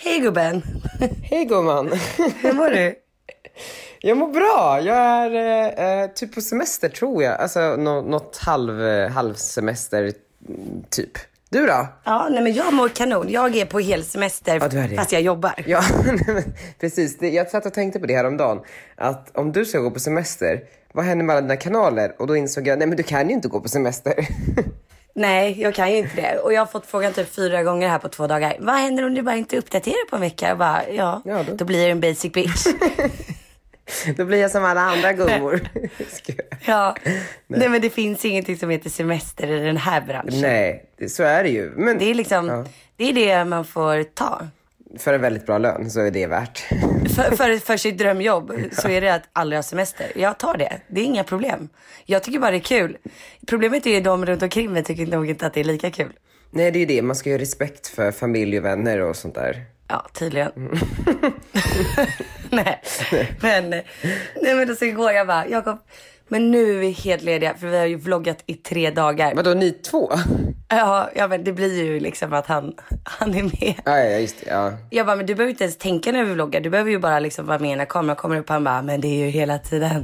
Hej gubben. Hej gumman. Hur mår du? Jag mår bra. Jag är typ på semester tror jag. Alltså något halvsemester typ. Du då? Ja, nej men jag mår kanon. Jag är på hel semester fast jag jobbar. Ja, precis. Jag satt och tänkte på det här om dagen. Att om du ska gå på semester, vad händer med alla dina kanaler? Och då insåg jag, nej men du kan ju inte gå på semester. Nej, jag kan ju inte det. Och jag har fått frågan typ 4 gånger här på 2 dagar. Vad händer om du bara inte uppdaterar på en vecka? Jag bara, ja då blir jag en basic bitch. Då blir jag som alla andra gummor. Ja, nej men det finns ingenting som heter semester i den här branschen. Nej, så är det ju. Men, det är liksom, det är det man får ta. För en väldigt bra lön så är det värt. För sitt drömjobb så är det att aldrig ha semester. Jag tar det. Det är inga problem. Jag tycker bara det är kul. Problemet är ju de runt omkring mig tycker nog inte att det är lika kul. Nej, det är ju det. Man ska ju ha respekt för familj och vänner och sånt där. Ja, tydligen. Nej, men då så igår jag bara, Jakob, men nu är vi helt lediga för vi har ju vloggat i 3 dagar. Vadå, ni 2? Ja, men det blir ju liksom att han är med. Ja, just det, ja. Jag bara, men du behöver inte ens tänka när vi vloggar. Du behöver ju bara liksom vara med när kameran kommer upp. Han bara, men det är ju hela tiden.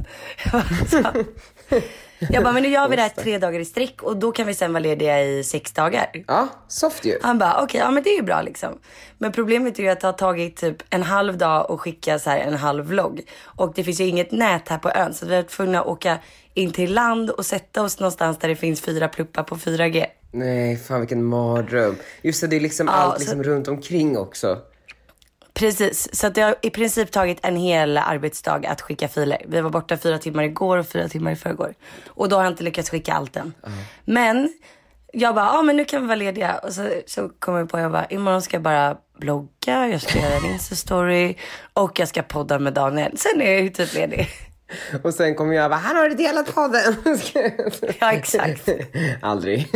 Jag bara, men nu gör vi det här 3 dagar i sträck. Och då kan vi sen vara lediga i 6 dagar. Ja, soft ju. Han bara, okej, ja men det är ju bra liksom. Men problemet är ju att det har tagit typ en halv dag och skicka så här en halv vlogg. Och det finns ju inget nät här på ön. Så vi är tvungna att åka in till land och sätta oss någonstans där det finns 4 pluppar på 4G. Nej, fan vilken mardröm. Just det är liksom allt liksom runt omkring också. Precis, så att det har i princip tagit en hel arbetsdag att skicka filer. Vi var borta 4 timmar igår och 4 timmar i förrgår. Och då har jag inte lyckats skicka allt än. Men jag bara, men nu kan vi vara lediga. Och så kom jag på, jag bara, imorgon ska jag bara blogga, jag ska göra en Insta-story och jag ska podda med Daniel. Sen är jag ju typ ledig. Och sen kommer jag bara, han har delat podden. Ja, exakt. Aldrig.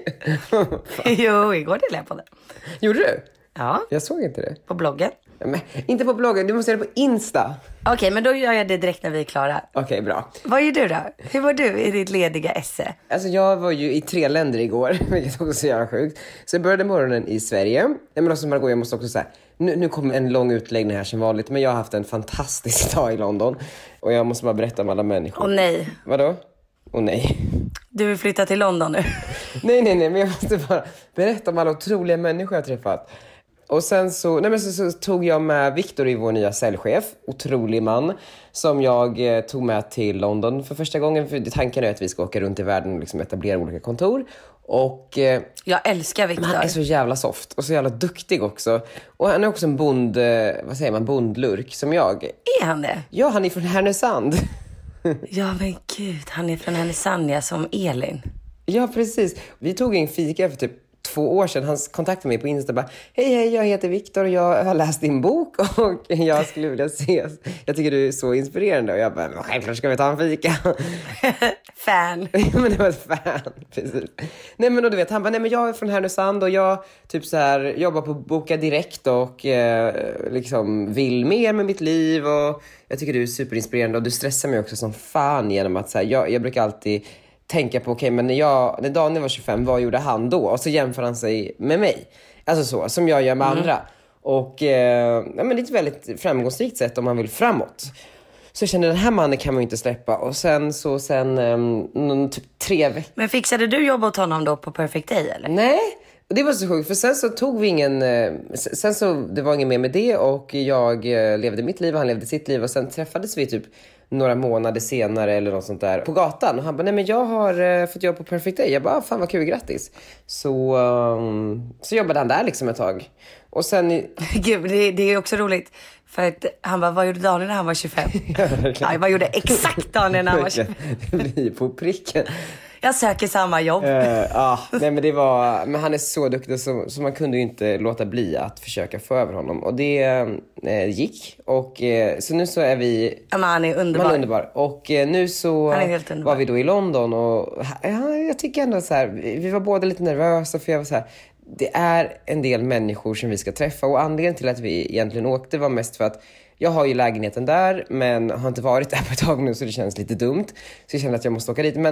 Jo, igår delade jag podden. Gjorde du? Ja. Jag såg inte det. På bloggen? Men, inte på bloggen, du måste göra det på Insta. Okej, men då gör jag det direkt när vi är klara. Okej, bra. Vad gör du då? Hur var du i ditt lediga esse? Alltså jag var ju i 3 länder igår, vilket också är så jävla sjukt. Så jag började morgonen i Sverige. Men också Margot, jag måste också säga, nu kommer en lång utläggning här som vanligt. Men jag har haft en fantastisk dag i London. Och jag måste bara berätta om alla människor. Åh nej. Vadå? Åh nej. Du vill flytta till London nu? Nej, men jag måste bara berätta om alla otroliga människor jag träffat. Och sen så tog jag med Victor, i vår nya säljchef, otrolig man, som jag tog med till London för första gången. För tanken är att vi ska åka runt i världen och liksom etablera olika kontor. Och jag älskar Victor. Han är så jävla soft och så jävla duktig också. Och han är också en bondlurk som jag. Är han det? Ja, han är från Härnösand. Ja men gud, han är från Härnösand, som Elin. Ja, precis. Vi tog en fika för typ 2 år sedan. Han kontaktade mig på Insta och bara, hej, jag heter Victor och jag har läst din bok och jag skulle vilja ses. Jag tycker du är så inspirerande. Och jag bara, självklart ska vi ta en fika. Fan. Men det var ett fan, precis. Nej men då, du vet, han bara, nej men jag är från Härnösand och jag typ så här jobbar på Boka Direkt och liksom vill mer med mitt liv och jag tycker du är superinspirerande och du stressar mig också som fan genom att så här, jag brukar alltid tänka på, okej, men när Daniel var 25, vad gjorde han då? Och så jämför han sig med mig. Alltså så, som jag gör med andra. Och men det är ett väldigt framgångsrikt sätt om man vill framåt. Så jag kände, den här mannen kan man ju inte släppa. Och sen typ 3 veckor. Men fixade du jobb åt honom då på Perfect Day eller? Nej, det var så sjukt. För sen så tog vi det var ingen mer med det. Och jag levde mitt liv och han levde sitt liv. Och sen träffades vi typ några månader senare eller något sånt där på gatan. Och han bara, nej men jag har fått jobb på Perfect Day. Jag bara, fan vad kul, grattis. Så jobbade han där liksom ett tag. Och sen... Gud, det är också roligt. För att han bara, vad gjorde Daniel när han var 25? Ja, vad gjorde exakt Daniel när han var 25? Det blir på pricken. Jag söker samma jobb. Nej men men han är så duktig så man kunde ju inte låta bli att försöka få över honom. Och det gick. Och så nu så är vi... Ja, men han är underbar. Han är underbar. Och nu så var vi då i London och jag tycker ändå så här, vi var båda lite nervösa för jag var så här, det är en del människor som vi ska träffa och anledningen till att vi egentligen åkte var mest för att jag har ju lägenheten där men har inte varit där på ett tag nu så det känns lite dumt. Så jag kände att jag måste åka dit. Men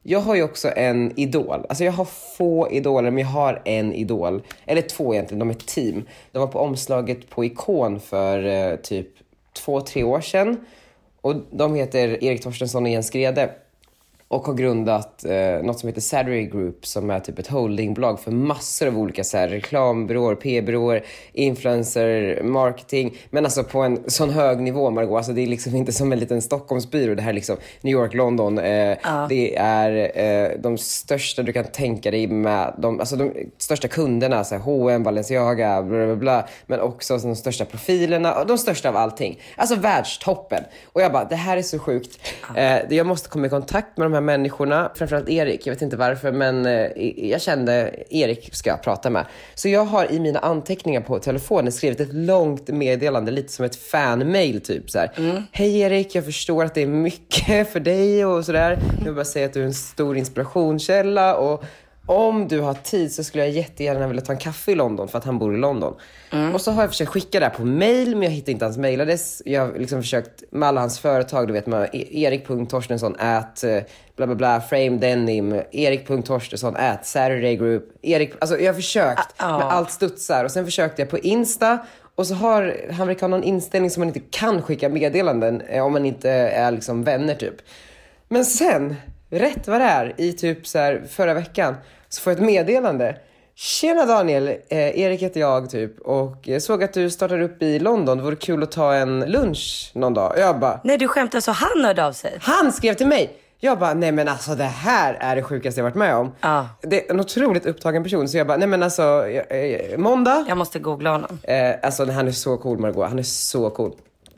Jag har ju också en idol. Alltså jag har få idoler, men jag har en idol. Eller 2 egentligen, de är ett team. De var på omslaget på Ikon för typ 2-3 år sedan. Och de heter Erik Torstensson och Jens Grede. Och har grundat något som heter Saturday Group, som är typ ett holdingbolag för massor av olika så här, reklambyråer, p-byråer, influencer, marketing. Men alltså på en sån hög nivå, Margot. Alltså det är liksom inte som en liten Stockholmsbyrå. Det här är liksom New York, London. Det är de största du kan tänka dig med. De största kunderna, så här, H&M, Balenciaga, bla bla bla. Men också de största profilerna och de största av allting. Alltså världstoppen. Och jag bara, det här är så sjukt. Jag måste komma i kontakt med de här människorna, framförallt Erik, jag vet inte varför, men jag kände Erik ska jag prata med. Så jag har i mina anteckningar på telefonen skrivit ett långt meddelande, lite som ett fan-mail typ så här. Hej Erik, jag förstår att det är mycket för dig och sådär. Jag vill bara säga att du är en stor inspirationskälla, och om du har tid så skulle jag jättegärna vilja ta en kaffe i London, för att han bor i London. Och så har jag försökt skicka det här på mail, men jag hittar inte hans mailadress. Jag har liksom försökt med alla hans företag, du vet, med erik.torstensson bla bla bla, Frame Denim, erik.torstensson Saturday Group, Erik, alltså jag har försökt med allt studsar. Och sen försökte jag på Insta, och så har han verkar ha någon inställning som man inte kan skicka meddelanden om man inte är liksom vänner typ. Men sen, rätt vad det är, i typ så här förra veckan, så får jag ett meddelande. Tjena Daniel, Erik heter jag typ, och jag såg att du startar upp i London. Det vore kul att ta en lunch någon dag. Jag bara, nej, du skämtar, så han hörde av sig? Han skrev till mig. Jag bara, nej men alltså det här är det sjukaste jag varit med om. Det är en otroligt upptagen person. Så jag bara, nej men alltså måndag. Jag måste googla honom. Alltså han är så cool, Margot. Han är så cool.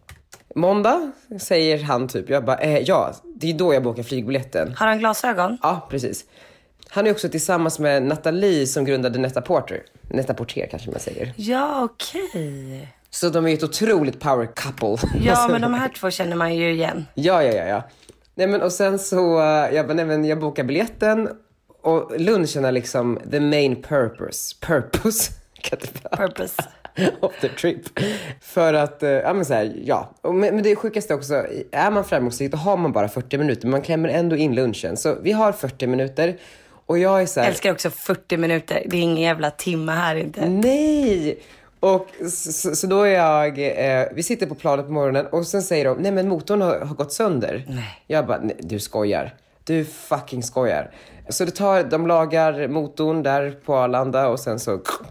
Måndag säger han typ. Jag bara, ja, det är då jag bokar flygbiljetten. Har han glasögon? Ja, precis. Han är också tillsammans med Nathalie som grundade Net-a-Porter. Net-a-Porter kanske man säger. Ja, okej. Så de är ett otroligt power couple. Ja, men de här 2 känner man ju igen. Ja. Nej men och sen så, jag bara, nej men jag bokar biljetten. Och lunchen är liksom the main purpose of the trip. För att, ja men så här, ja. Men det sjukaste också, är man framgångsrik då har man bara 40 minuter. Man klämmer ändå in lunchen. Så vi har 40 minuter. Och jag är så här, älskar också 40 minuter. Det är ingen jävla timme här inte. Nej! Och så då är jag, vi sitter på planet på morgonen och sen säger de, nej men motorn har gått sönder. Nej. Jag bara, nej, du skojar. Du fucking skojar. Så de lagar motorn där på Arlanda och sen så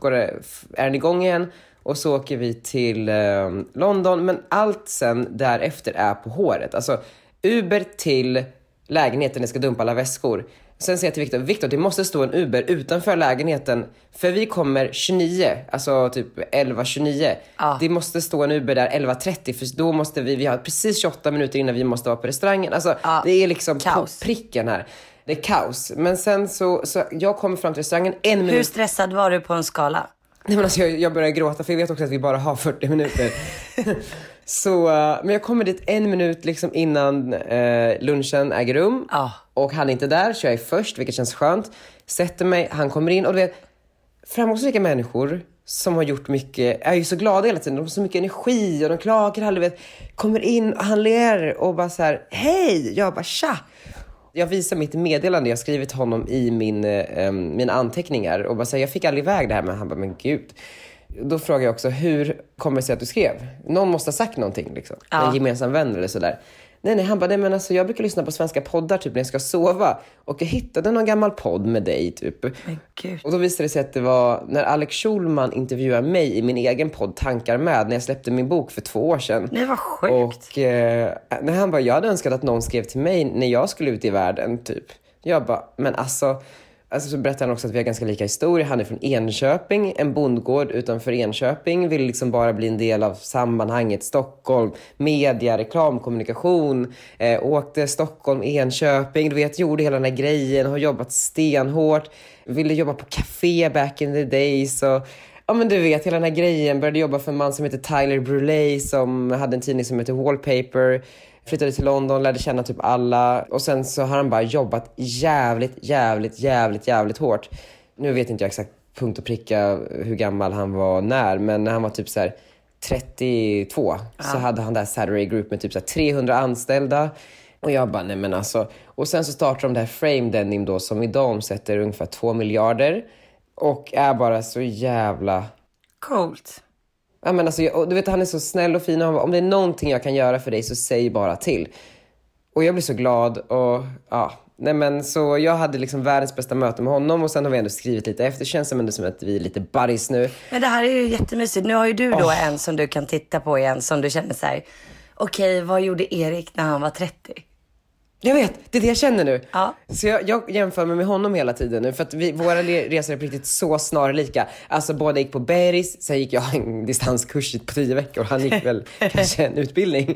är den igång igen. Och så åker vi till London. Men allt sen därefter är på håret. Alltså Uber till lägenheten, jag ska dumpa alla väskor. Sen säger jag till Victor, det måste stå en Uber utanför lägenheten. För vi kommer 29, alltså typ 11:29. Det måste stå en Uber där 11:30. För då måste vi har precis 28 minuter innan vi måste vara på restaurangen. Alltså det är liksom kaos. På pricken här. Det är kaos. Men sen så jag kommer fram till restaurangen 1 minut. Hur stressad var du på en skala? Nej men alltså jag börjar gråta, för jag vet också att vi bara har 40 minuter. Så, men jag kommer dit 1 minut liksom innan lunchen äger rum. Och han är inte där, så jag är först, vilket känns skönt. Sätter mig, han kommer in och du vet, framgångsrika människor som har gjort mycket, är ju så glada hela tiden. De har så mycket energi och de klagar aldrig, vet. Kommer in och han ler och bara så här, hej! Jag bara, tja! Jag visar mitt meddelande jag skrivit till honom i mina anteckningar och bara säger, jag fick aldrig iväg det här. Men han bara, men gud. Då frågar jag också, hur kommer det sig att du skrev? Någon måste ha sagt någonting liksom. En gemensam vän eller sådär. Nej, han bara, nej men alltså jag brukar lyssna på svenska poddar typ när jag ska sova. Och jag hittade någon gammal podd med dig typ. Men gud. Och då visade det sig att det var när Alex Schulman intervjuade mig i min egen podd Tankar med, när jag släppte min bok för 2 år sedan. Det var sjukt. Och när han bara, jag hade önskat att någon skrev till mig när jag skulle ut i världen typ. Jag bara, men alltså så berättade han också att vi har ganska lika historia. Han är från Enköping, en bondgård utanför Enköping. Vill liksom bara bli en del av sammanhanget Stockholm, media, reklam, kommunikation. Åkte Stockholm, Enköping, du vet, gjorde hela den här grejen. Har jobbat stenhårt. Ville jobba på café back in the days. Och ja men du vet, hela den här grejen. Började jobba för en man som heter Tyler Brulé, som hade en tidning som heter Wallpaper. Flyttade till London, lärde känna typ alla. Och sen så har han bara jobbat jävligt hårt. Nu vet inte jag exakt punkt och pricka hur gammal han var men när han var typ så här 32 så hade han där Saturday Group med typ så här 300 anställda. Och jag bara, nej men alltså. Och sen så startar de det här Frame Denim då, som idag omsätter ungefär 2 miljarder. Och är bara så jävla... Coolt. Ja men alltså, och du vet, han är så snäll och fin. Och han bara, om det är någonting jag kan göra för dig så säg bara till. Och jag blir så glad och ja... Nej men så jag hade liksom världens bästa möte med honom. Och sen har vi ändå skrivit lite efter. Känns som att vi är lite buddies nu. Men det här är ju jättemysigt. Nu har ju du då en som du kan titta på igen. Som du känner så här: okej, vad gjorde Erik när han var 30? Jag vet, det är det jag känner nu. Ja. Så jag jämför mig med honom hela tiden nu. För att våra resor är på riktigt så snarlika. Alltså båda gick på Bergs. Sen gick jag en distanskurs på 10 veckor. Han gick väl kanske en utbildning.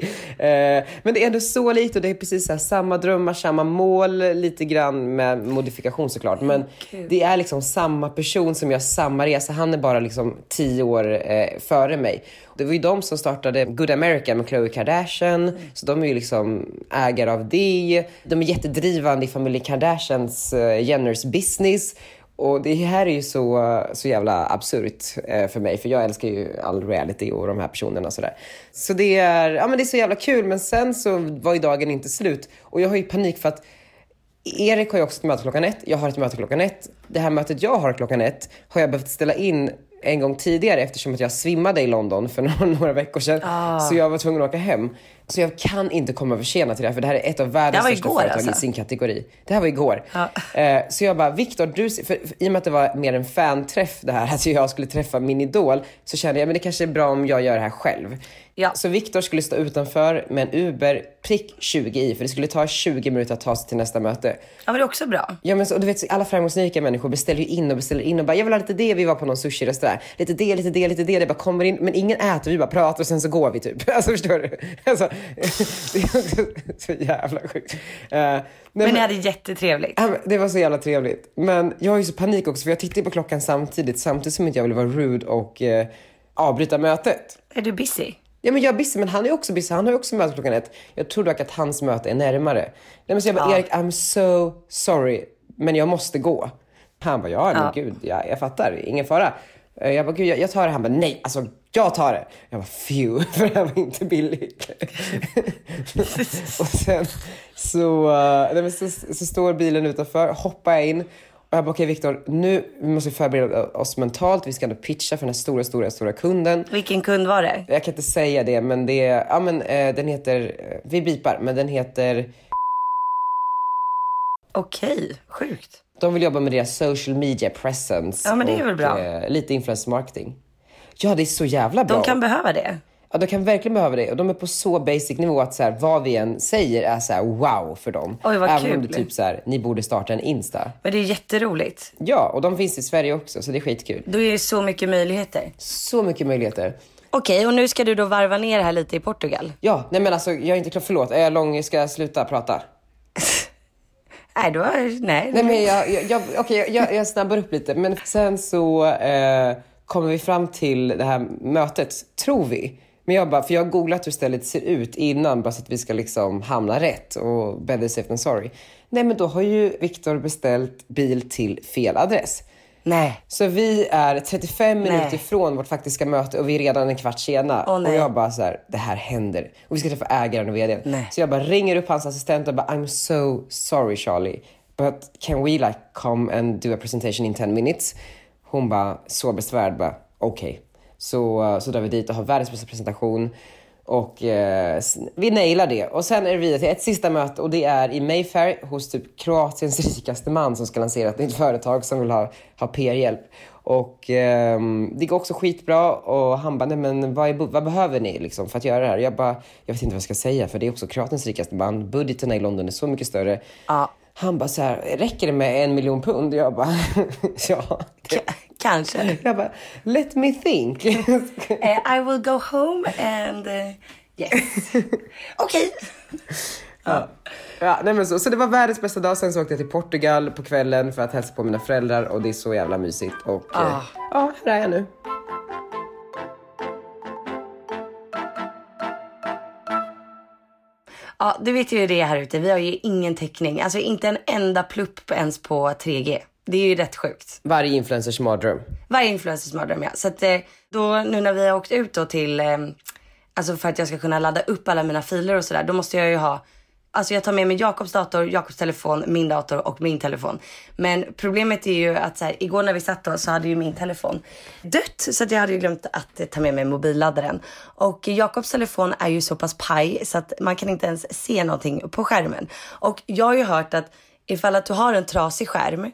Men det är ändå så likt. Och det är precis så här, samma drömmar, samma mål. Lite grann med modifikation såklart. Men det är liksom samma person som gör samma resa. Han är bara liksom 10 år före mig. Det var ju de som startade Good America med Khloe Kardashian. Så de är ju liksom ägare av det. De är jättedrivande i familjen Kardashians Jenners business. Och det här är ju så jävla absurt för mig. För jag älskar ju all reality och de här personerna och sådär. Så det är så jävla kul. Men sen så var ju dagen inte slut. Och jag har ju panik för att Erik har ju också ett möte klockan 1. Jag har ett möte klockan 1. Det här mötet jag har klockan 1 har jag behövt ställa in en gång tidigare eftersom att jag svimmade i London för några veckor sedan. Så jag var tvungen att åka hem. Så jag kan inte komma för sena till det här, för det här är ett av världens största företag i sin kategori. Det här var igår. Så jag bara, Victor, i och med att det var mer en fanträff det här, att jag skulle träffa min idol, så kände jag, men det kanske är bra om jag gör det här själv. Ja. Så Victor skulle stå utanför med en Uber prick 20 i, för det skulle ta 20 minuter att ta sig till nästa möte. Ja, men det är också bra. Ja, men så, och du vet, alla framgångsrika människor beställer in och bara, jag vill ha lite det, vi var på någon sushi-restaurang. Lite det, det bara kommer in, men ingen äter, vi bara pratar och sen så går vi typ. Alltså förstår du? Alltså, det är så jävla sjukt. Men ni hade jättetrevligt. Ja, det var så jävla trevligt. Men jag har ju så panik också, för jag tittar på klockan samtidigt som inte jag vill vara rude och avbryta mötet. Är du busy? Ja, men jag är busy, men han är också busy. Han har ju också möte klockan 1. Jag tror dock att hans möte är närmare. Nej, men så jag bara, Erik, I'm so sorry, men jag måste gå. Han bara, men gud, jag fattar, ingen fara. Jag bara, gud, jag tar det. Han bara, nej, alltså jag tar det. Jag bara, phew, för det här var inte billigt. Och sen så står bilen utanför, hoppar jag in. Och jag bara, okej, Victor, nu måste vi förbereda oss mentalt. Vi ska ändå pitcha för den här stora kunden. Vilken kund var det? Jag kan inte säga det, men det är, den heter, vi bipar, men den heter... Okej, sjukt. De vill jobba med deras social media presence. Ja, men det är väl bra. Lite influencer marketing. Ja, det är så jävla bra. De kan behöva det. Ja, de kan verkligen behöva det. Och de är på så basic nivå att så här, vad vi än säger är så här, wow för dem. Oj, vad även kul. om det typ så här, ni borde starta en Insta. Men det är jätteroligt. Ja, och de finns i Sverige också, så det är skitkul. Då är det så mycket möjligheter. Så mycket möjligheter. Okej, och nu ska du då varva ner här lite i Portugal. Ja, nej men alltså, jag är inte klar, förlåt. Är jag lång? Ska jag sluta prata? Nej. Nej, men jag snabbar upp lite. Men sen så kommer vi fram till det här mötet, tror vi. Men jag har googlat hur stället ser ut innan, bara så att vi ska liksom hamna rätt. Och better safe than sorry. Nej, men då har ju Victor beställt bil till fel adress. Nej. Så vi är 35 minuter från vårt faktiska möte och vi är redan en kvart sena. Och jag bara så här, det här händer. Och vi ska träffa ägaren och vdn. Nej. Så jag bara ringer upp hans assistent och bara, I'm so sorry Charlie, but can we like come and do a presentation in 10 minutes? Hon bara, så besvärd, bara okej. Så drar vi dit och har världens bästa presentation. Och vi nailar det. Och sen är det vidare till ett sista möte. Och det är i Mayfair hos typ Kroatiens rikaste man som ska lansera ett nytt företag som vill ha PR-hjälp. Och det går också skitbra. Och han bara, nej men vad behöver ni liksom för att göra det här? Jag vet inte vad jag ska säga, för det är också Kroatiens rikaste man. Budgeten i London är så mycket större. Ja. Han bara så här, räcker det med 1 miljon pund? Jag bara, ja. Kanske. Jag bara, let me think. I will go home and yes. Okej. Ja, nej men så det var världens bästa dag. Sen så åkte jag till Portugal på kvällen för att hälsa på mina föräldrar. Och det är så jävla mysigt. Och här är jag nu. Ja, du vet ju det här ute. Vi har ju ingen täckning. Alltså inte en enda plupp ens på 3G. Det är ju rätt sjukt. Varje influencers mardröm. Varje influencers mardröm, ja. Så att då, nu när vi har åkt ut då till... Alltså för att jag ska kunna ladda upp alla mina filer och sådär. Då måste jag ju ha Alltså jag tar med mig Jakobs dator, Jakobs telefon, min dator och min telefon. Men problemet är ju att så här, igår när vi satt då så hade ju min telefon dött. Så att jag hade ju glömt att ta med mig mobilladdaren. Och Jakobs telefon är ju så pass paj så att man kan inte ens se någonting på skärmen. Och jag har ju hört att ifall att du har en trasig skärm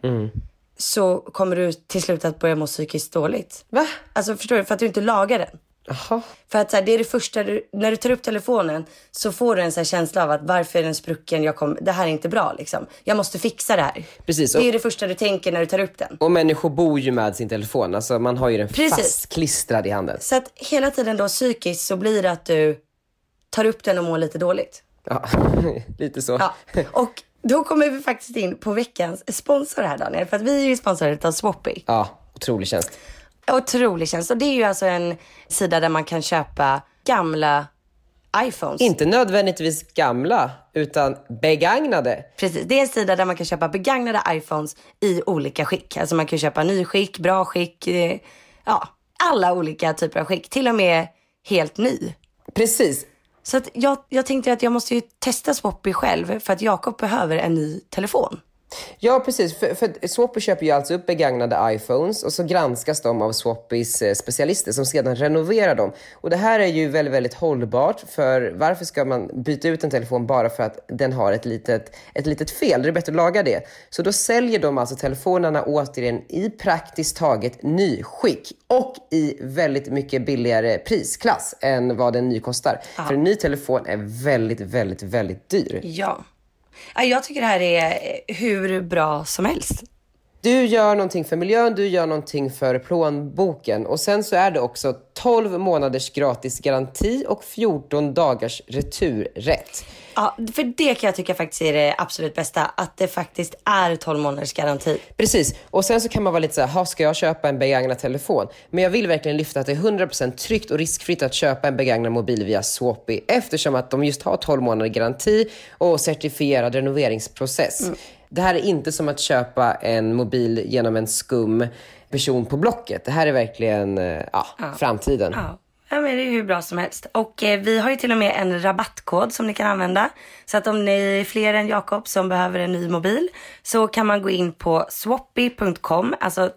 så kommer du till slut att börja må psykiskt dåligt. Va? Alltså förstår du? För att du inte lagar den. Jaha. För att så här, det är det första, när du tar upp telefonen så får du en så här känsla av att varför är den sprucken, det här är inte bra liksom. Jag måste fixa det här. Precis. Det är det första du tänker när du tar upp den. Och människor bor ju med sin telefon, alltså man har ju den fastklistrad i handen. Så att hela tiden då psykiskt så blir det att du tar upp den och mår lite dåligt. Ja, lite så. Ja. Och då kommer vi faktiskt in på veckans sponsor här, Daniel. För att vi är ju sponsrade av Swappy. Ja, otrolig tjänst. Otrolig tjänst. Och det är ju alltså en sida där man kan köpa gamla iPhones. Inte nödvändigtvis gamla, utan begagnade. Precis, det är en sida där man kan köpa begagnade iPhones i olika skick. Alltså man kan köpa nyskick, bra skick, ja, alla olika typer av skick. Till och med helt ny. Precis. Så att jag tänkte att jag måste ju testa Swappy själv för att Jakob behöver en ny telefon. Ja, precis. För Swappy köper ju alltså upp begagnade iPhones och så granskas de av Swappys specialister som sedan renoverar dem. Och det här är ju väldigt, väldigt hållbart, för varför ska man byta ut en telefon bara för att den har ett litet fel? Det är bättre att laga det. Så då säljer de alltså telefonerna återigen i praktiskt taget ny skick och i väldigt mycket billigare prisklass än vad den ny kostar. För en ny telefon är väldigt, väldigt, väldigt dyr. Ja. Jag tycker det här är hur bra som helst. Du gör någonting för miljön, du gör någonting för plånboken. Och sen så är det också 12 månaders gratis garanti och 14 dagars returrätt. Ja, för det kan jag tycka faktiskt är det absolut bästa. Att det faktiskt är 12 månaders garanti. Precis, och sen så kan man vara lite så här, ska jag köpa en begagnad telefon? Men jag vill verkligen lyfta att det är 100% tryggt och riskfritt att köpa en begagnad mobil via Swappy. Eftersom att de just har 12 månader garanti och certifierad renoveringsprocess. Det här är inte som att köpa en mobil genom en skum person på Blocket. Det här är verkligen framtiden. Ja, men det är hur bra som helst. Och vi har ju till och med en rabattkod som ni kan använda. Så att om ni är fler än Jakob som behöver en ny mobil så kan man gå in på swappy.com, alltså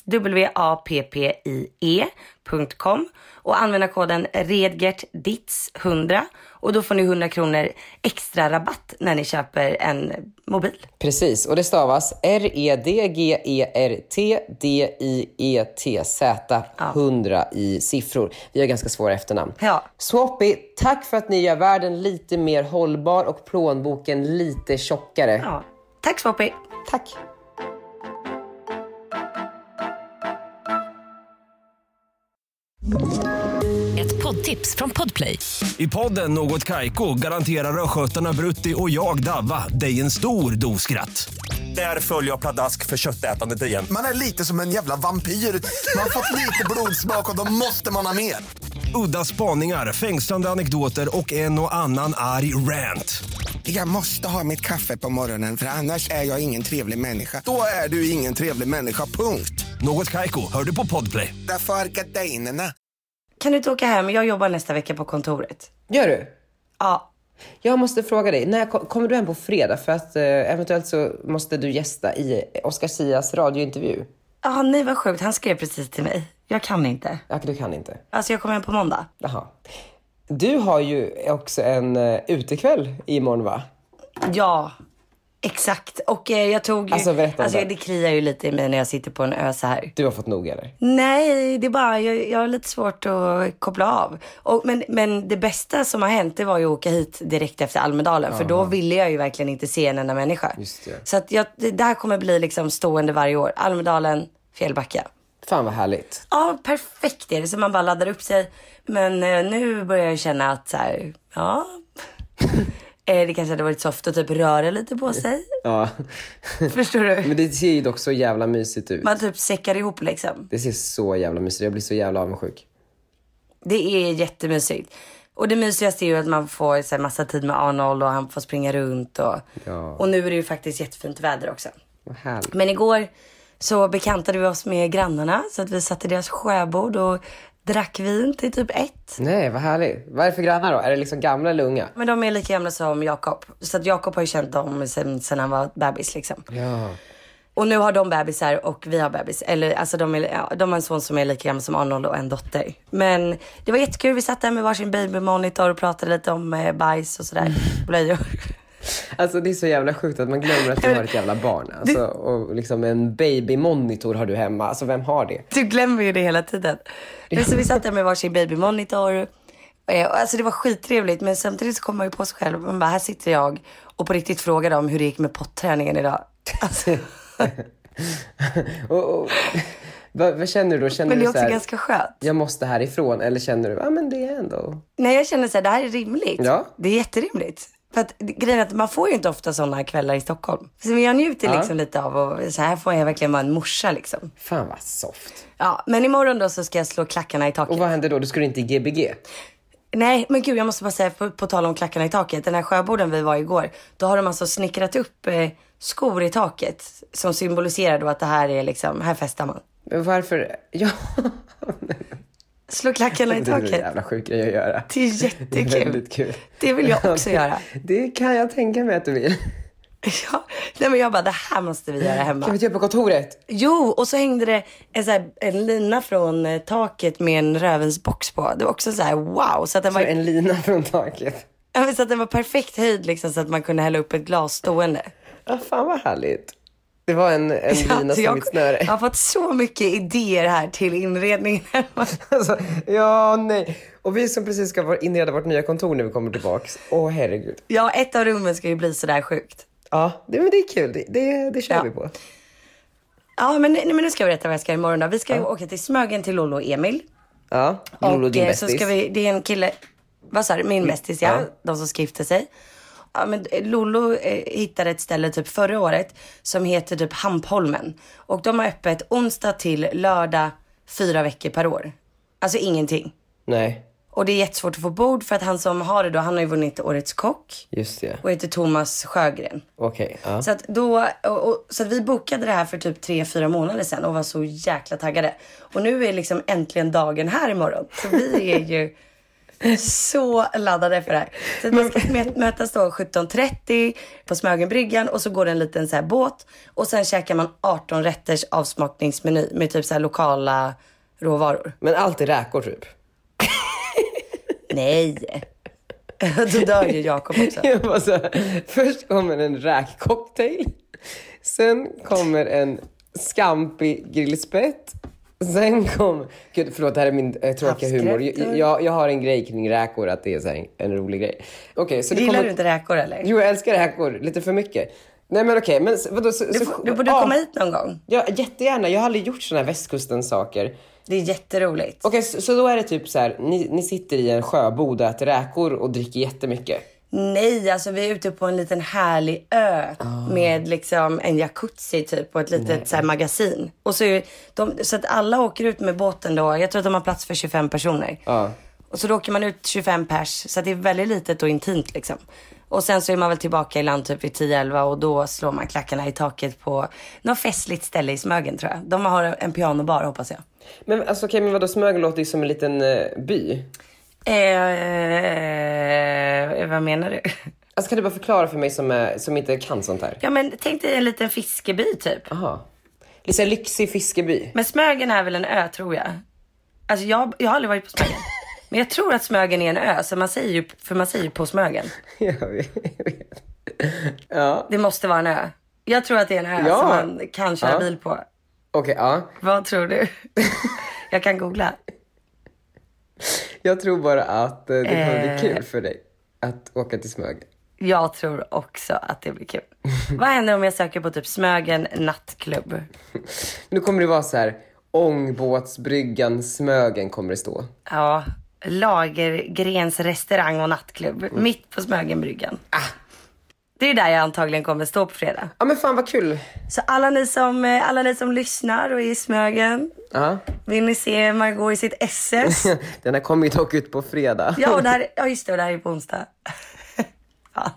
swappie.com och använda koden REDGERTDITS100 och då får ni 100 kronor extra rabatt när ni köper en mobil. Precis, och det stavas REDGERTDIETZ 100 i siffror. Vi har ganska svåra efternamn. Ja. Swappy, tack för att ni gör världen lite mer hållbar och plånboken lite tjockare. Ja. Tack Swappy. Tack. Ett poddtips från Podplay. I podden Något Kaiko garanterar röskötarna Brutti och jag Davva dig en stor doskratt. Där följer jag pladask för köttätandet igen. Man är lite som en jävla vampyr. Man har fått lite blodsmak och då måste man ha mer. Udda spaningar, fängslande anekdoter och en och annan arg rant. Jag måste ha mitt kaffe på morgonen för annars är jag ingen trevlig människa. Då är du ingen trevlig människa, punkt. Något Kaiko, hör du på Podplay. Därför är gardinerna. Kan du inte åka hem? Jag jobbar nästa vecka på kontoret. Gör du? Ja. Jag måste fråga dig, när kommer du hem på fredag? För att eventuellt så måste du gästa i Oscar Sias radiointervju. Ja, nej vad sjukt. Han skrev precis till mig. Jag kan inte. Ja, du kan inte. Alltså jag kommer hem på måndag. Jaha. Du har ju också en utekväll imorgon, va? Ja, exakt. Och jag tog... Alltså, berätta om det. Det kliar ju lite i mig när jag sitter på en ö så här. Du har fått nog, eller? Nej, det är bara... Jag har lite svårt att koppla av. Men det bästa som har hänt, det var ju att åka hit direkt efter Almedalen. För då ville jag ju verkligen inte se en enda människa. Just det. Så att det här kommer bli liksom stående varje år. Almedalen, Fjällbacka. Fan vad härligt. Ja, perfekt är det. Så man bara laddar upp sig. Men nu börjar jag känna att så här, ja... Det kanske hade varit soft att typ röra lite på sig. Ja. Förstår du? Men det ser ju dock så jävla mysigt ut. Man typ säckar ihop liksom. Det ser så jävla mysigt ut. Jag blir så jävla avundsjuk. Det är jättemysigt. Och det mysigaste är ju att man får så här, massa tid med Arnold och han får springa runt. Och nu är det ju faktiskt jättefint väder också. Vad härligt. Men igår så bekantade vi oss med grannarna. Så att vi satt i deras sjöbord och Drack vin till typ 1. Nej, vad härligt. Vad är det för grannar då? Är det liksom gamla eller unga? Men de är lika gamla som Jakob. Så att Jakob har ju känt dem sen han var bebis liksom. Ja. Och nu har de bebisar och vi har bebis. Eller alltså de har en son som är lika gammal som Arnold och en dotter. Men det var jättekul. Vi satt där med varsin babymonitor och pratade lite om bajs och sådär. Blöjor. Alltså det är så jävla sjukt att man glömmer att du har ett jävla barn. Alltså, och liksom en babymonitor har du hemma. Alltså vem har det? Du glömmer ju det hela tiden. Men så vi satt där med varsin babymonitor. Alltså det var skittrevligt. Men samtidigt så kom man ju på sig själv. Man bara, här sitter jag och på riktigt frågade om hur det gick med potträningen idag. Alltså. Vad känner du då? Känner Men det är du också så här, ganska skönt. jag måste härifrån? Eller känner du, men det är ändå... Nej, jag känner så här, det här är rimligt. Ja. Det är jätterimligt. För att grejen är att man får ju inte ofta sådana kvällar i Stockholm. Så jag njuter liksom lite av och så här får jag verkligen vara en morsa liksom. Fan vad soft. Ja, men imorgon då så ska jag slå klackarna i taket. Och vad händer då? Du skulle inte i GBG? Nej, men gud jag måste bara säga på tal om klackarna i taket. Den här sjöborden vi var igår, då har de alltså snickrat upp skor i taket. Som symboliserar då att det här är liksom, här festar man. Men varför? Ja. Slå klackarna i Det är en taket. jävla sjuk grej att göra. Det är jättekul. Det är väldigt kul. Det vill jag också göra. Det kan jag tänka mig att du vill. Ja, nej men jag bara, det här måste vi göra hemma. Kan vi göra på kontoret? Jo, och så hängde det en lina från taket med en rövensbox på. Det var också så här, wow. Så att den var, En lina från taket. så att den var perfekt höjd liksom, så att man kunde hälla upp ett glas stående. Ja, fan vad härligt. Det var en lina som mitt snöre. Jag har fått så mycket idéer här till inredningen hemma. Alltså, ja, nej. Och vi som precis ska inreda vårt nya kontor när vi kommer tillbaks. Åh, herregud. Ja, ett av rummen ska ju bli så där sjukt. Ja, men det är kul. Det kör vi på. Ja, men nu ska vi berätta vad jag ska imorgon då. Vi ska ju åka till Smögen till Lollo och Emil. Ja, Lollo din så bästis. ska vi, det är en kille, vad sa du? Min bästis, ja. De som ska gifta sig. Ja, men Lollo hittade ett ställe typ förra året som heter typ Hampholmen. Och de har öppet onsdag till lördag 4 veckor per år. Alltså ingenting. Nej, Och det är jättesvårt att få bord för att han som har det då, han har ju vunnit Årets kock. just det. Och heter Thomas Sjögren. Okej, ja. Så att så att vi bokade det här för typ 3-4 månader sedan och var så jäkla taggade. Och nu är liksom äntligen dagen här imorgon. Så vi är ju så laddade för det här. Så att man ska mötas då 17:30 på Smögenbryggan och så går det en liten så här båt. Och sen käkar man 18 rätters avsmakningsmeny med typ så här lokala råvaror. Men allt är räkor typ. Nej. Då dör ju Jakob också. Jag bara så här, först kommer en räkcocktail. Sen kommer en scampi grillspett. Sen kom... Gud, förlåt, det här är min tråkiga humor. Jag har en grej kring räkor, att det är så här en rolig grej. Okej, så det Gillar kommer... du inte räkor eller? Jo, jag älskar räkor. Lite för mycket. Nej, men okej. Men vadå? Du borde komma hit någon gång. Ja, jättegärna. Jag har aldrig gjort såna här västkustens saker. Det är jätteroligt. Okej, så då är det typ så här. Ni sitter i en sjöbod och äter räkor och dricker jättemycket. Nej, alltså vi är ute på en liten härlig ö med liksom en jacuzzi typ och ett litet så här magasin. Och så är så att alla åker ut med båten då. Jag tror att de har plats för 25 personer. Och så då åker man ut 25 pers, så att det är väldigt litet och intimt liksom. Och sen så är man väl tillbaka i land typ vid 10-11 och då slår man klackarna i taket på något festligt ställe i Smögen tror jag. De har en pianobar hoppas jag. Men alltså okej, men vadå, Smögen låter ju som en liten by. Vad menar du? Alltså kan du bara förklara för mig som inte kan sånt här? Ja men tänk dig en liten fiskeby typ. Aha. Lite lyxig fiskeby. Men Smögen är väl en ö tror jag. Alltså jag har aldrig varit på Smögen. Men jag tror att Smögen är en ö, så man säger ju på Smögen. Jag vet. Ja. Det måste vara en ö. Jag tror att det är en ö som man kan köra bil på. Okej, ja. Vad tror du? Jag kan googla. Jag tror bara att det kommer bli kul för dig att åka till Smögen. Jag tror också att det blir kul. Vad händer om jag söker på typ Smögen nattklubb? Nu kommer det vara så här, Ångbåtsbryggan Smögen kommer det stå. Ja, Lagergrens restaurang och nattklubb. Mitt på Smögenbryggan. Det är där jag antagligen kommer stå på fredag. Ja men fan vad kul. Så alla ni som lyssnar och är i Smögen. Vill ni se Margot i sitt SS? Den här kommer ju dock ut på fredag. Ja, och just det, och det här är på onsdag. Fan.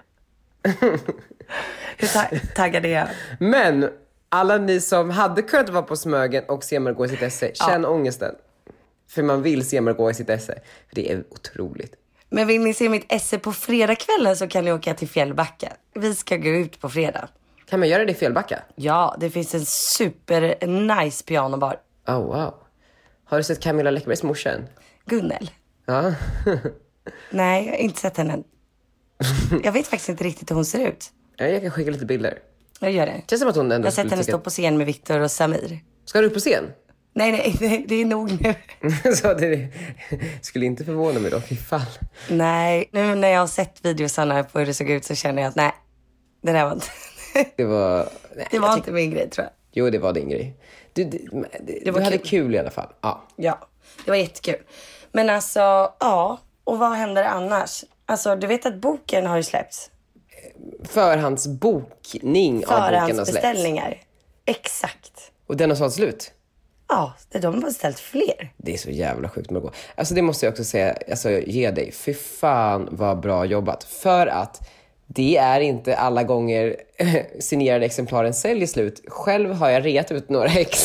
Hur taggad är jag? Men alla ni som hade kunnat vara på Smögen och se Margot i sitt esse, känn ångesten. För man vill se Margot i sitt esse. För det är otroligt. Men vill ni se mitt esse på fredagskvällen så kan ni åka till Fjällbacka. Vi ska gå ut på fredag. Kan man göra det i Fjällbacka? Ja, det finns en super nice pianobar. Oh, wow. Har du sett Camilla Läckbergs morsan? Gunnel? Ja. Nej, jag har inte sett henne än. Jag vet faktiskt inte riktigt hur hon ser ut. Ja, jag kan skicka lite bilder. Jag gör det. Känns som att hon ändå jag har sett henne stå på scen med Victor och Samir. Ska du upp på scen? Nej, det är nog nu. Så det skulle inte förvåna mig dock ifall. Nej, nu när jag har sett videosarna på hur det såg ut så känner jag att nej, det där var inte... Det var... Det var inte min grej, tror jag. Jo, det var din grej. Du hade kul i alla fall. Ja, det var jättekul. Men alltså, ja. Och vad händer annars? Alltså, du vet att boken har ju släppts. Förhandsbokning av boken har släppts. Förhandsbeställningar. Exakt. Och den har sålt slut? Ja, de har beställt fler. Det är så jävla sjukt, Margot. Alltså det måste jag också säga, alltså ge dig. Fy fan vad bra jobbat. För att det är inte alla gånger signerade exemplaren säljer slut. Själv har jag reat ut några ex.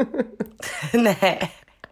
Nej.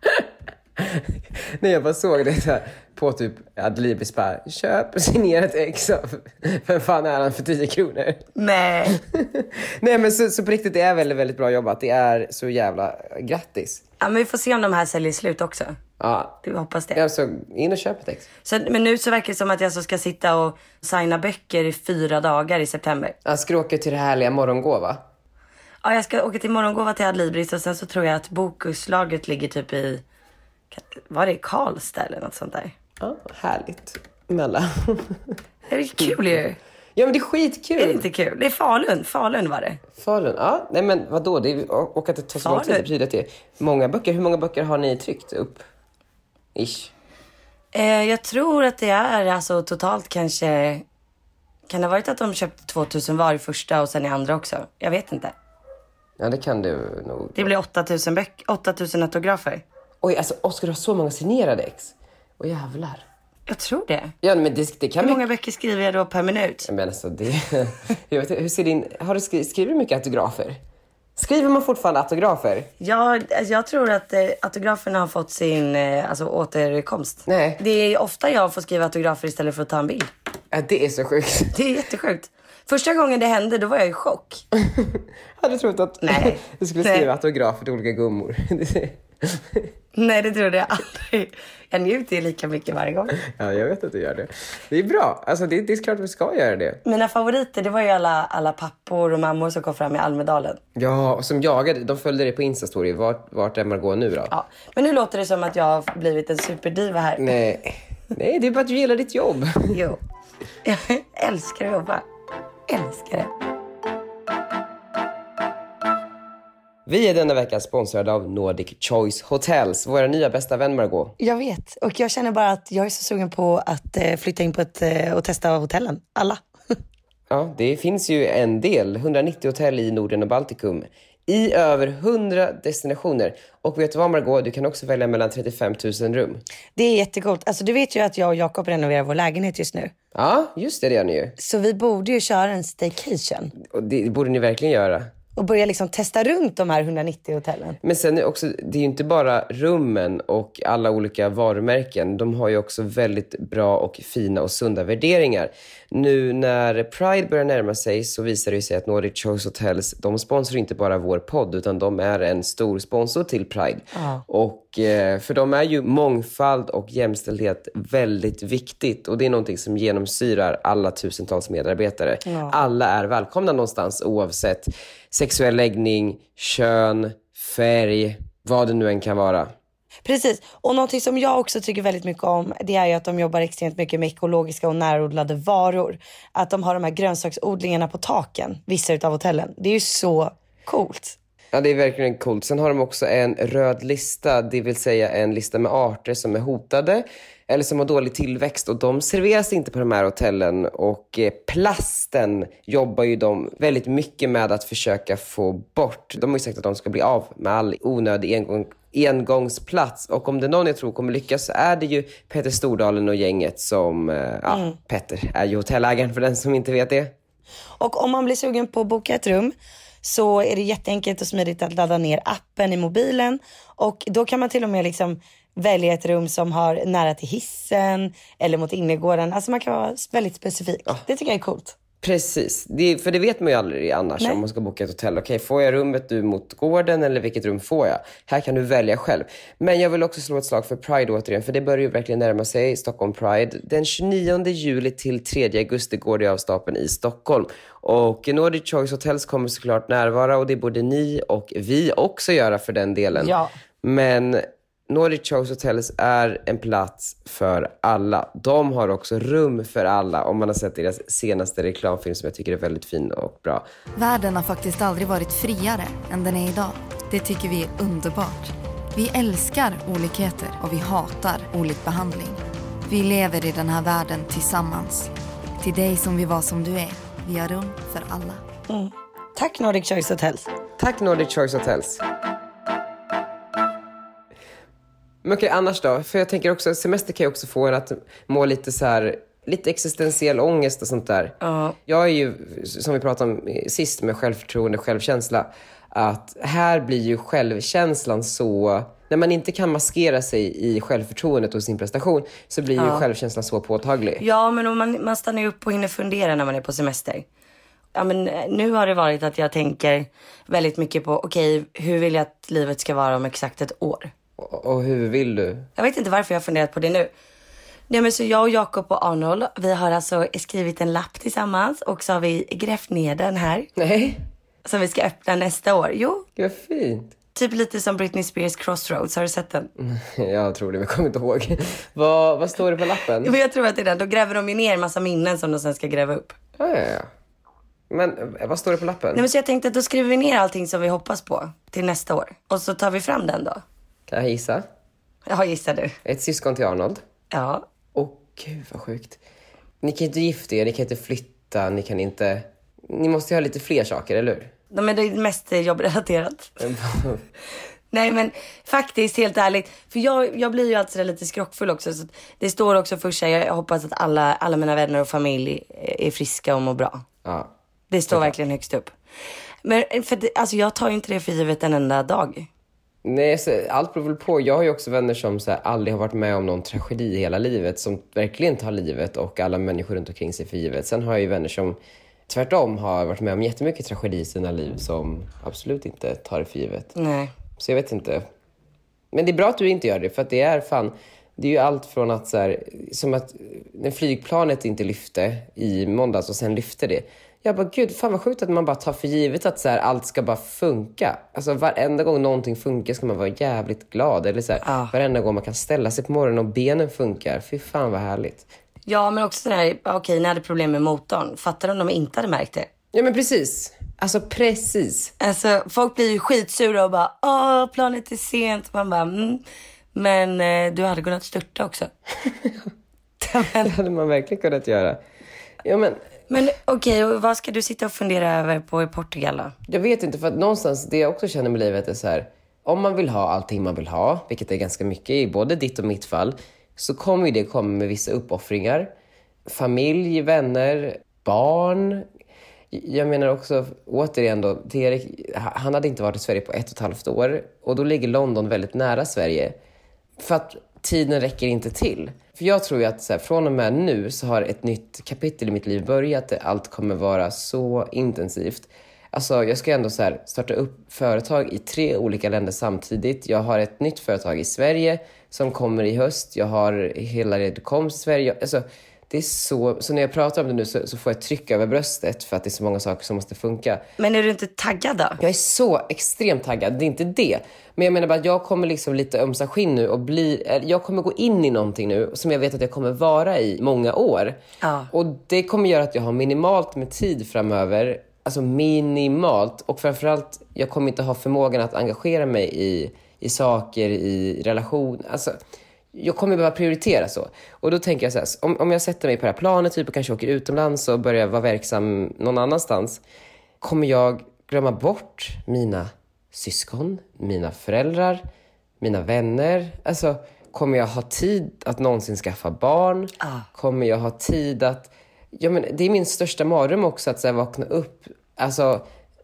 När jag bara såg det så här, på typ Adlibris bara, köp signerat ex av, för fan är han för 10 kronor? Nej. Nej men så på riktigt, det är väldigt, väldigt bra jobbat. Det är så jävla grattis. Ja, men vi får se om de här säljer slut också. Ja. Du hoppas det. Ja, så in och köp ett ex. Så, men nu så verkar det som att jag så ska sitta och signa böcker i 4 dagar i september. Jag ska åka till det härliga morgongåva. Ja, jag ska åka till morgongåva till Adlibris och sen så tror jag att bokuslaget ligger typ i... Var det i Karlstad eller något sånt där? Ja, härligt. Mella. Det är kul ju. Ja, men det är skitkul. Det är inte kul. Det är Falun. Falun var det. Falun, ja. Nej, men vadå? Det är, och att det tar så lång tid. Det betyder att det är många böcker. Hur många böcker har ni tryckt upp? Ish. Jag tror att det är alltså totalt kanske... Kan det ha varit att de köpte 2000 var i första och sen i andra också? Jag vet inte. Ja, det kan du nog. Det blir 8000 autografer. Oj, alltså Oskar har så många signerade ex. Åh jävlar. Jag tror det. Ja, men det kan hur många böcker skriver jag då per minut? Men alltså det... jag vet inte, hur ser har du skriver du mycket autografer? Skriver man fortfarande autografer? Ja, jag tror att autograferna har fått sin återkomst. Nej. Det är ofta jag får skriva autografer istället för att ta en bild. Ja, det är så sjukt. Det är jättesjukt. Första gången det hände, då var jag i chock. Hade du trott att du skulle skriva autografer till olika gummor? Nej, det trodde jag aldrig. Jag njuter lika mycket varje gång. Ja, jag vet att du gör det. Det är bra. Alltså, det är klart att vi ska göra det. Mina favoriter, det var ju alla pappor och mammor som kom fram i Almedalen. Ja, och som jagade. De följde det på Instastory. Vart är Margot nu då? Ja, men nu låter det som att jag har blivit en superdiva här. Nej, det är bara att du gillar ditt jobb. Jo, jag älskar att jobba. Älskar det. Vi är denna vecka sponsrade av Nordic Choice Hotels, våra nya bästa vän Margot. Jag vet, och jag känner bara att jag är så sugen på att flytta in på och testa hotellen. Alla. Ja, det finns ju en del. 190 hotell i Norden och Baltikum. I över 100 destinationer. Och vet du vad Margot? Du kan också välja mellan 35 000 rum. Det är jättegott. Alltså du vet ju att jag och Jakob renoverar vår lägenhet just nu. Ja, just det gör ni ju. Så vi borde ju köra en staycation. Och det borde ni verkligen göra. Och börja liksom testa runt de här 190 hotellen. Men sen är också, det är ju inte bara rummen och alla olika varumärken. De har ju också väldigt bra och fina och sunda värderingar. Nu när Pride börjar närma sig så visar det sig att Nordic Choice Hotels, de sponsrar inte bara vår podd utan de är en stor sponsor till Pride. Och för dem är ju mångfald och jämställdhet väldigt viktigt. Och det är någonting som genomsyrar alla tusentals medarbetare. Alla är välkomna någonstans oavsett sexuell läggning, kön, färg, vad det nu än kan vara. Precis, och någonting som jag också tycker väldigt mycket om, det är ju att de jobbar extremt mycket med ekologiska och närodlade varor. Att de har de här grönsaksodlingarna på taken, vissa utav hotellen. Det är ju så coolt. Ja, det är verkligen coolt. Sen har de också en röd lista, det vill säga en lista med arter som är hotade eller som har dålig tillväxt, och de serveras inte på de här hotellen. Och plasten jobbar ju de väldigt mycket med att försöka få bort. De har ju sagt att de ska bli av med all onödig engångsplats, och om det är någon jag tror kommer lyckas så är det ju Petter Stordalen och gänget som, Petter är ju hotellägaren för den som inte vet det. Och om man blir sugen på att boka ett rum så är det jätteenkelt och smidigt att ladda ner appen i mobilen, och då kan man till och med liksom välja ett rum som har nära till hissen eller mot innergården. Alltså man kan vara väldigt specifik. Det tycker jag är coolt. Precis, för det vet man ju aldrig annars. Nej. Om man ska boka ett hotell. Okej, får jag rummet mot gården eller vilket rum får jag? Här kan du välja själv. Men jag vill också slå ett slag för Pride återigen, för det börjar ju verkligen närma sig Stockholm Pride. Den 29 juli till 3 augusti går det av stapeln i Stockholm. Och Nordic Choice Hotels kommer såklart närvara, och det borde ni och vi också göra för den delen. Ja. Men Nordic Choice Hotels är en plats för alla. De har också rum för alla, om man har sett deras senaste reklamfilm som jag tycker är väldigt fin och bra. Världen har faktiskt aldrig varit friare än den är idag. Det tycker vi är underbart. Vi älskar olikheter och vi hatar olik behandling. Vi lever i den här världen tillsammans. Till dig som vi var som du är. Vi har rum för alla. Tack Nordic Choice Hotels. Tack Nordic Choice Hotels. Men okej, annars då? För jag tänker också, semester kan ju också få en att må lite så här, lite existentiell ångest och sånt där. Jag är ju, som vi pratade om sist med självförtroende, självkänsla, att här blir ju självkänslan så, när man inte kan maskera sig i självförtroendet och sin prestation, så blir ju självkänslan så påtaglig. Ja, men om man stannar ju upp och hinner fundera när man är på semester. Ja, men nu har det varit att jag tänker väldigt mycket på, okej, hur vill jag att livet ska vara om exakt ett år? Och hur vill du? Jag vet inte varför jag har funderat på det nu. Nej, men så jag och Jakob och Arnold, vi har alltså skrivit en lapp tillsammans. Och så har vi grävt ner den här. Nej. Som vi ska öppna nästa år. Jo. Gud, vad fint. Typ lite som Britney Spears Crossroads. Har du sett den? Jag tror det, men jag kommer inte ihåg. Vad står det på lappen? Men jag tror att det är den. Då gräver de ju ner en massa minnen som de sen ska gräva upp. Ja. Men vad står det på lappen? Nej, men så jag tänkte att då skriver vi ner allting som vi hoppas på till nästa år. Och så tar vi fram den då. Kan jag gissa? Ja, gissar du. Ett syskon till Arnold. Ja. Gud vad sjukt. Ni kan inte gifta er, ni kan inte flytta, ni måste ju ha lite fler saker, eller hur? Men det är mest jobbrelaterat. Nej, men faktiskt, helt ärligt. För jag blir ju alltid lite skrockfull också. Så det står också först, jag hoppas att alla mina vänner och familj är friska och mår bra. Ja. Det står verkligen högst upp. Men alltså, jag tar ju inte det för givet en enda dag. Nej, så allt beror väl på. Jag har ju också vänner som så här, aldrig har varit med om någon tragedi i hela livet, som verkligen tar livet och alla människor runt omkring sig för givet. Sen har jag ju vänner som tvärtom har varit med om jättemycket tragedi i sina liv, som absolut inte tar det för givet. Nej. Så jag vet inte. Men det är bra att du inte gör det, för att det är ju allt från att så här, som att när flygplanet inte lyfte i måndags och sen lyfte det. Jag bara, gud, fan vad sjukt att man bara tar för givet att så här, allt ska bara funka. Alltså varenda gång någonting funkar ska man vara jävligt glad. Eller så här, varenda gång man kan ställa sig på morgonen och benen funkar. Fy fan vad härligt. Ja, men också den här, okej, ni hade problem med motorn. Fattar om de inte hade märkt det? Ja, men precis. Alltså precis. Alltså folk blir ju skitsura och bara, planet är sent. Man bara, Men du hade kunnat störta också. Det hade man verkligen kunnat göra. Ja, men okej, och vad ska du sitta och fundera över på i Portugal då? Jag vet inte, för att någonstans det jag också känner med livet är så här, om man vill ha allting man vill ha, vilket är ganska mycket i både ditt och mitt fall, så kommer det komma med vissa uppoffringar. Familj, vänner, barn. Jag menar också, återigen då, Erik, han hade inte varit i Sverige på 1,5 år, och då ligger London väldigt nära Sverige. För att tiden räcker inte till. För jag tror ju att så här, från och med nu så har ett nytt kapitel i mitt liv börjat. Allt kommer vara så intensivt. Alltså jag ska ändå så här, starta upp företag i 3 olika länder samtidigt. Jag har ett nytt företag i Sverige som kommer i höst. Jag har hela Redcom i Sverige. Alltså, det är så när jag pratar om det nu så får jag tryck över bröstet för att det är så många saker som måste funka. Men är du inte taggad då? Jag är så extremt taggad, det är inte det. Men jag menar bara att jag kommer liksom lite ömsa skinn nu och jag kommer gå in i någonting nu som jag vet att jag kommer vara i många år. Ja. Och det kommer göra att jag har minimalt med tid framöver. Alltså minimalt. Och framförallt, jag kommer inte ha förmågan att engagera mig i saker, i relation. Alltså, jag kommer behöva prioritera så. Och då tänker jag så här, om jag sätter mig på det här planet typ, och kanske åker utomlands och börjar vara verksam någon annanstans, kommer jag glömma bort mina syskon, mina föräldrar, mina vänner. Alltså, kommer jag ha tid att någonsin skaffa barn? Kommer jag ha tid att... Ja, men det är min största mardröm också att så här, vakna upp. Alltså,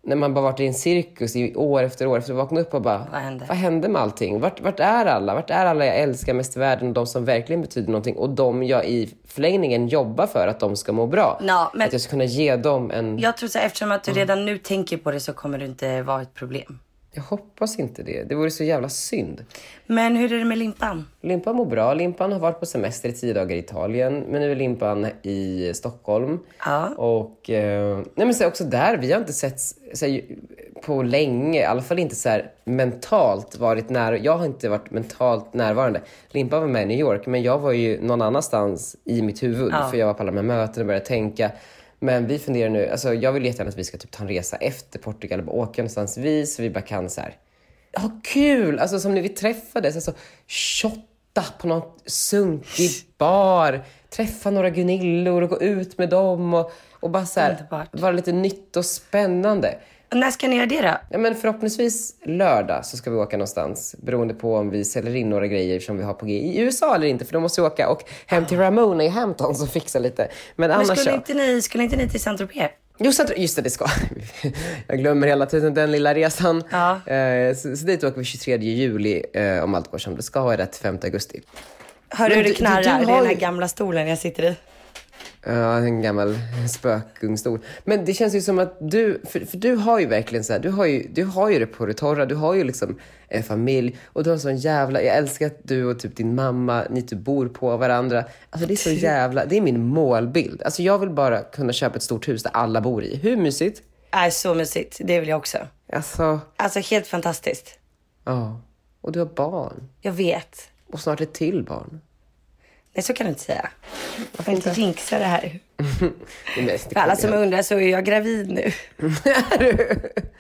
när man bara varit i en cirkus i år efter år, efter att vakna upp och bara, vad hände med allting? Vart är alla? Vart är alla jag älskar mest i världen och de som verkligen betyder någonting och de jag i förlängningen jobbar för att de ska må bra? Men att jag ska kunna ge dem en... Jag tror så här, eftersom att du redan nu tänker på det så kommer det inte vara ett problem. Jag hoppas inte det. Det vore så jävla synd. Men hur är det med Limpan? Limpan mår bra. Limpan har varit på semester i 10 dagar i Italien. Men nu är Limpan i Stockholm. Ja. Och nej men så också där, vi har inte sett så här, på länge. I alla fall inte så här mentalt varit nära. Jag har inte varit mentalt närvarande. Limpan var med i New York. Men jag var ju någon annanstans i mitt huvud. För jag var på alla de här möten och började tänka. Men vi funderar nu, alltså jag vill jättegärna att vi ska typ ta en resa efter Portugal och bara åka någonstans så vi bara kan så här. Ja, kul! Alltså som när vi träffades, alltså shotta på någon sunkig bar, träffa några Gunillor och gå ut med dem och bara så här, vara lite nytt och spännande. Och när ska ni göra det då? Ja, men förhoppningsvis lördag så ska vi åka någonstans. Beroende på om vi säljer in några grejer som vi har på G i USA eller inte. För då måste vi åka och hem till Ramona i Hampton och fixa lite. Men annars skulle inte ni till Saint-Tropez? Just det ska. Jag glömmer hela tiden den lilla resan. Ja. Så dit åker vi 23 juli om allt går som det ska. Och är det 5 augusti. Hör du hur det knarrar? Det är den här gamla stolen jag sitter i. Ja, en gammal spökungstol. Men det känns ju som att för du har ju verkligen så här, du har ju det på det torra, du har ju liksom en familj och du har sån jävla, jag älskar att du och typ din mamma, ni typ bor på varandra. Alltså det är så jävla, det är min målbild. Alltså jag vill bara kunna köpa ett stort hus där alla bor i. Hur mysigt? Så mysigt, det vill jag också. Alltså helt fantastiskt. Ja, och du har barn. Jag vet. Och snart ett till barn. Nej, så kan du inte säga. Jag får inte jinxa det här. För alla som undrar så är jag gravid nu. Är du?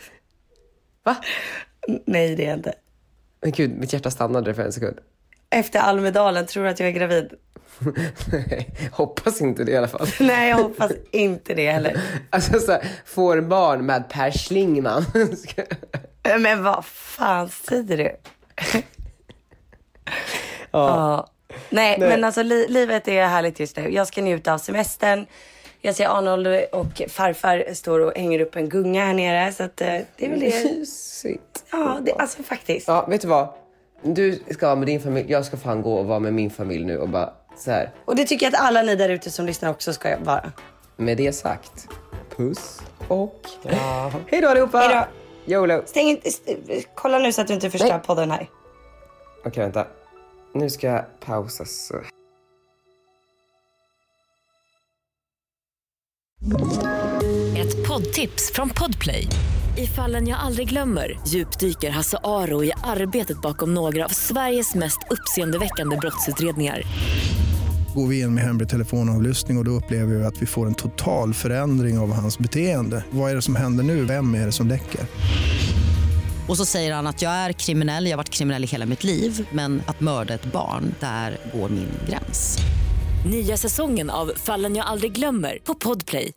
Va? Nej, det är jag inte. Men gud, mitt hjärta stannade för en sekund. Efter Almedalen, tror du att jag är gravid? Nej, hoppas inte det i alla fall. Nej, jag hoppas inte det heller. Alltså så här, får barn med Per Schlingman. Men vad fan säger du? Ja. Nej, men alltså livet är härligt just nu. Jag ska njuta av semestern. Jag ser Arnold och farfar står och hänger upp en gunga här nere. Så att det är väl det. Mysigt. Ja, alltså faktiskt. Ja, vet du vad? Du ska vara med din familj. Jag ska fan gå och vara med min familj nu och bara så här. Och det tycker jag att alla ni där ute som lyssnar också ska vara. Med det sagt. Puss och hej då allihopa. Hej då. YOLO. Stäng inte, kolla nu så att du inte förstör podden här. Okej, vänta. Nu ska jag pausa så. Ett poddtips från Podplay. I Fallen jag aldrig glömmer djupdyker Hasse Aro i arbetet bakom några av Sveriges mest uppseendeväckande brottsutredningar. Går vi in med hemlig telefonavlyssning och då upplever vi att vi får en total förändring av hans beteende. Vad är det som händer nu? Vem är det som läcker? Och så säger han att jag är kriminell, jag har varit kriminell i hela mitt liv. Men att mörda ett barn, där går min gräns. Nya säsongen av Fallen jag aldrig glömmer på Podplay.